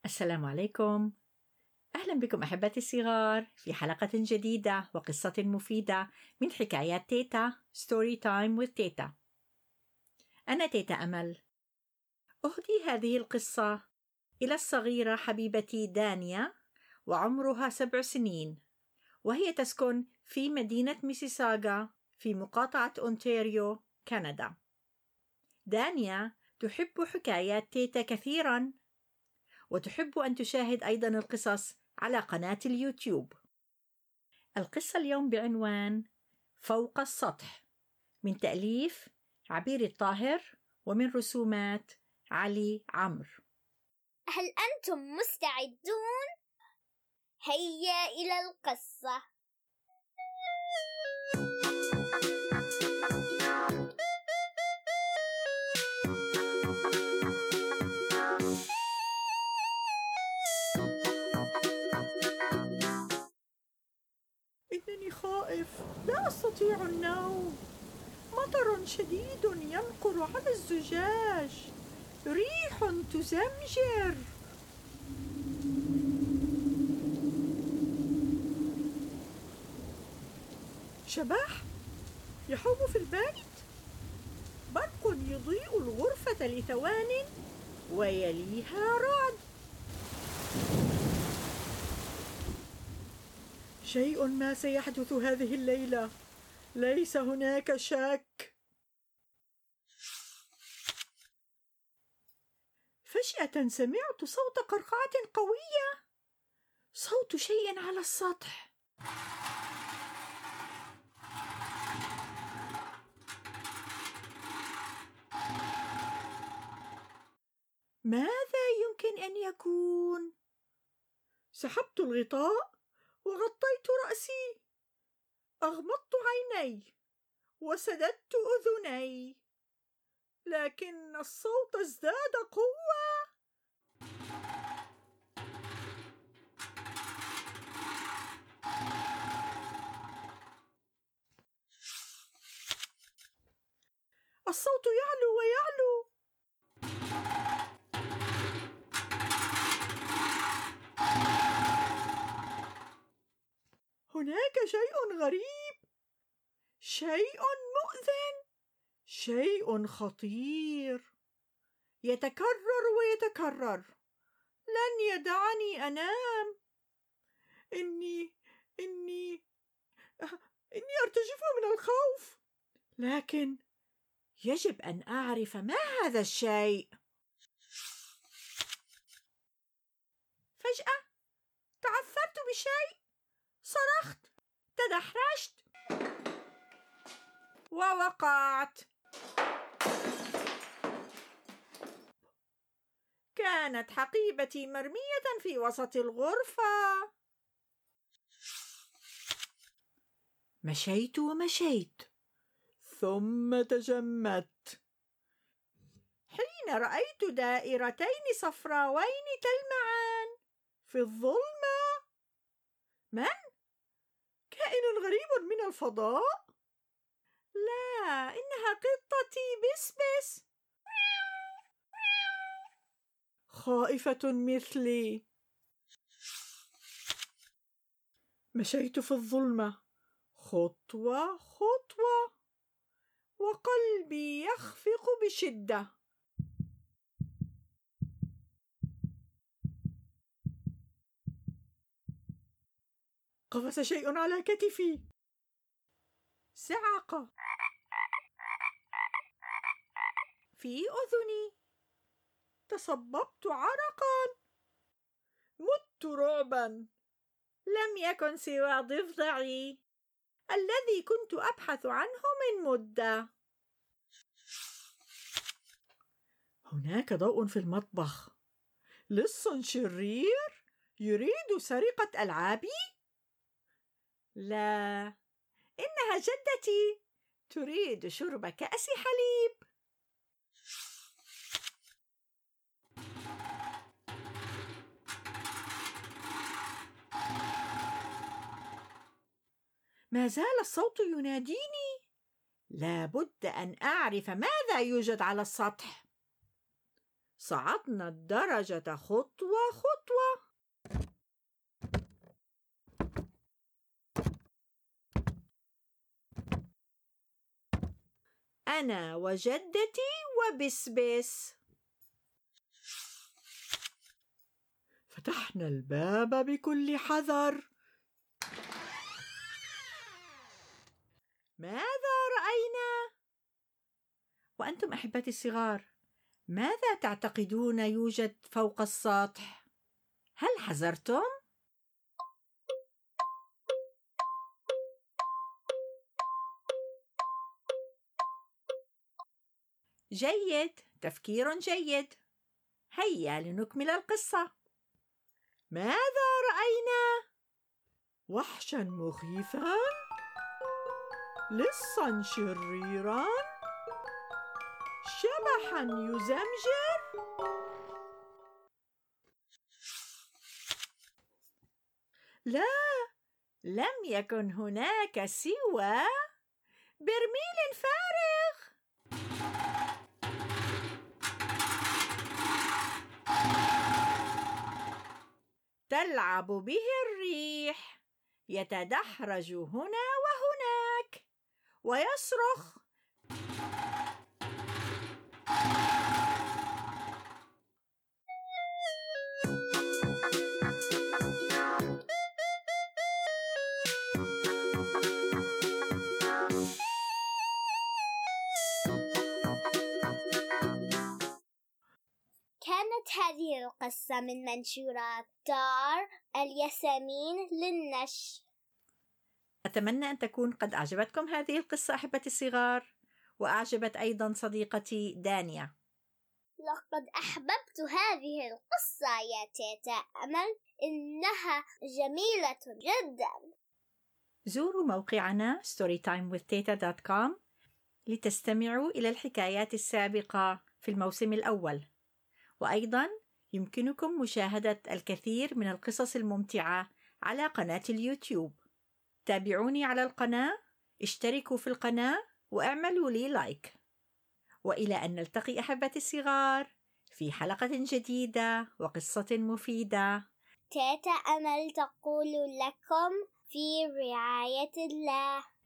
السلام عليكم. أهلا بكم أحبتي الصغار في حلقة جديدة وقصة مفيدة من حكايات تيتا ستوري تايم with تيتا. أنا تيتا أمل. أهدي هذه القصة إلى الصغيرة حبيبتي دانيا، وعمرها 7 سنين، وهي تسكن في مدينة ميسيساغا في مقاطعة أونتاريو، كندا. دانيا تحب حكايات تيتا كثيراً، وتحب أن تشاهد أيضاً القصص على قناة اليوتيوب. القصة اليوم بعنوان فوق السطح، من تأليف عبير الطاهر، ومن رسومات علي عمرو. هل أنتم مستعدون؟ هيا إلى القصة. إنني خائف، لا أستطيع النوم. مطر شديد ينقر على الزجاج، ريح تزمجر. شبح يحوم في البيت. برق يضيء الغرفة لثوان ويليها رعد. شيء ما سيحدث هذه الليلة، ليس هناك شك. فجأة سمعت صوت قرقعة قوية، صوت شيء على السطح. ماذا يمكن أن يكون؟ سحبت الغطاء وغطيت رأسي، أغمضت عيني وسددت أذني، لكن الصوت ازداد قوة. الصوت يعلو ويعلو. هناك شيء غريب، شيء مؤذن، شيء خطير، يتكرر ويتكرر، لن يدعني أنام. إني أرتجف من الخوف، لكن يجب أن أعرف ما هذا الشيء. فجأة تعثرت بشيء، صرخت، تدحرجت ووقعت. كانت حقيبتي مرمية في وسط الغرفة. مشيت ومشيت، ثم تجمدت حين رأيت دائرتين صفراوين تلمعان في الظلمة. من؟ كائن غريب من الفضاء؟ لا، إنها قطتي بسبس، خائفة مثلي. مشيت في الظلمة خطوة خطوة، وقلبي يخفق بشدة. قفز شيء على كتفي، صعق في أذني، تصببت عرقا، مت رعبا. لم يكن سوى ضفدعي الذي كنت أبحث عنه من مدة. هناك ضوء في المطبخ، لص شرير يريد سرقة ألعابي؟ لا، إنها جدتي تريد شرب كأس حليب. ما زال الصوت يناديني، لا بد أن أعرف ماذا يوجد على السطح. صعدنا الدرجة خطوة خطوة. أنا وجدتي وبسبس. فتحنا الباب بكل حذر. ماذا رأينا؟ وأنتم أحبتي الصغار، ماذا تعتقدون يوجد فوق السطح؟ هل حذرتم؟ جيد، تفكير جيد. هيا لنكمل القصة. ماذا رأينا؟ وحشا مخيفا؟ لصا شريرا؟ شبحا يزمجر؟ لا، لم يكن هناك سوى برميل فارغ. تلعب به الريح، يتدحرج هنا وهناك ويصرخ. كانت هذه القصة من منشورات دار الياسمين للنشر. أتمنى أن تكون قد أعجبتكم هذه القصة أحبتي الصغار، وأعجبت أيضا صديقتي دانيا. لقد أحببت هذه القصة يا تيتا أمل، إنها جميلة جدا. زوروا موقعنا storytimewithteta.com لتستمعوا إلى الحكايات السابقة في الموسم الأول، وأيضا يمكنكم مشاهدة الكثير من القصص الممتعة على قناة اليوتيوب. تابعوني على القناة، اشتركوا في القناة واعملوا لي لايك. وإلى أن نلتقي أحبتي الصغار في حلقة جديدة وقصة مفيدة. تيتا أمل تقول لكم في رعاية الله.